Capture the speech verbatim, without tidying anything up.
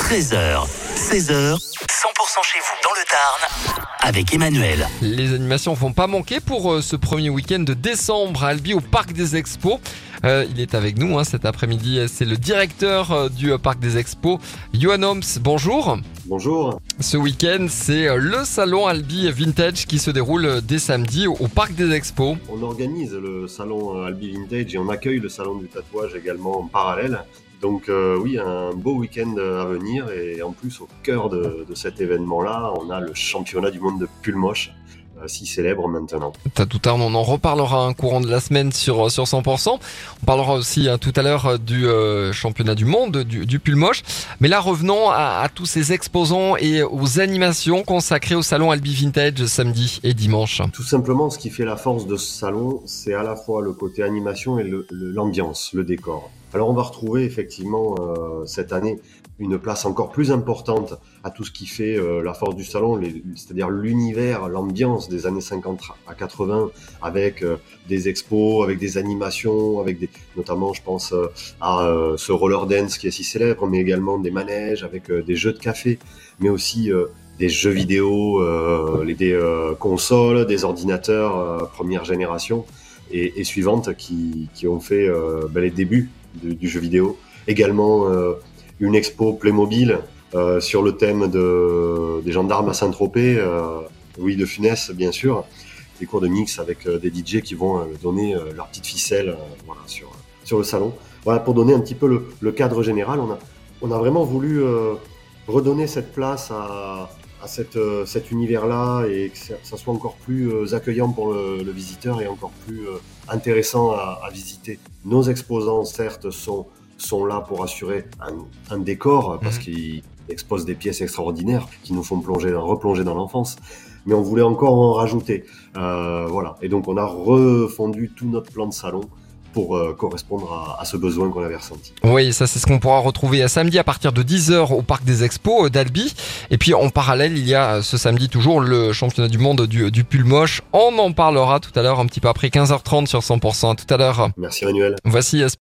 treize heures, seize heures, cent pour cent chez vous dans le Tarn avec Emmanuel. Les animations vont pas manquer pour euh, ce premier week-end de décembre à Albi au Parc des Expos. Euh, il est avec nous hein, cet après-midi, c'est le directeur euh, du euh, Parc des Expos, Johan Homs. Bonjour. Bonjour. Ce week-end, c'est euh, le salon Albi Vintage qui se déroule euh, dès samedi au, au Parc des Expos. On organise le salon Albi Vintage et on accueille le salon du tatouage également en parallèle. Donc euh, oui, un beau week-end à venir et en plus au cœur de, de cet événement-là, on a le championnat du monde de pull moche, euh, si célèbre maintenant. Tatou Tarn, on en reparlera un courant de la semaine sur, sur cent pour cent. On parlera aussi hein, tout à l'heure du euh, championnat du monde du, du pull moche. Mais là, revenons à, à tous ces exposants et aux animations consacrées au salon Albi Vintage samedi et dimanche. Tout simplement, ce qui fait la force de ce salon, c'est à la fois le côté animation et le, le, l'ambiance, le décor. Alors on va retrouver effectivement euh, cette année une place encore plus importante à tout ce qui fait euh, la force du salon, les, c'est-à-dire l'univers, l'ambiance des années cinquante à quatre-vingts, avec euh, des expos, avec des animations, avec des, notamment je pense euh, à euh, ce roller dance qui est si célèbre, mais également des manèges, avec euh, des jeux de café, mais aussi euh, des jeux vidéo, euh, les, des euh, consoles, des ordinateurs euh, première génération et, et suivantes qui, qui ont fait euh, ben, les débuts Du, du jeu vidéo. Également euh, une expo Playmobil euh, sur le thème de, des gendarmes à Saint-Tropez, euh, Louis de Funès bien sûr, des cours de mix avec euh, des D J qui vont euh, donner euh, leur petite ficelle euh, voilà, sur, sur le salon. Voilà, pour donner un petit peu le, le cadre général, on a, on a vraiment voulu euh, redonner cette place à, à cette, euh, cet univers-là et que ça, ça soit encore plus euh, accueillant pour le, le visiteur et encore plus euh, intéressant à, à visiter. Nos exposants, certes, sont, sont là pour assurer un, un décor parce mmh. qu'ils exposent des pièces extraordinaires qui nous font plonger, replonger dans l'enfance. Mais on voulait encore en rajouter. Euh, voilà. Et donc, on a refondu tout notre plan de salon pour euh, correspondre à, à ce besoin qu'on avait ressenti. Oui, ça c'est ce qu'on pourra retrouver à samedi à partir de dix heures au Parc des Expos d'Albi. Et puis en parallèle, il y a ce samedi toujours le championnat du monde du, du pull moche. On en parlera tout à l'heure, un petit peu après quinze heures trente sur cent pour cent. À tout à l'heure. Merci Emmanuel. Voici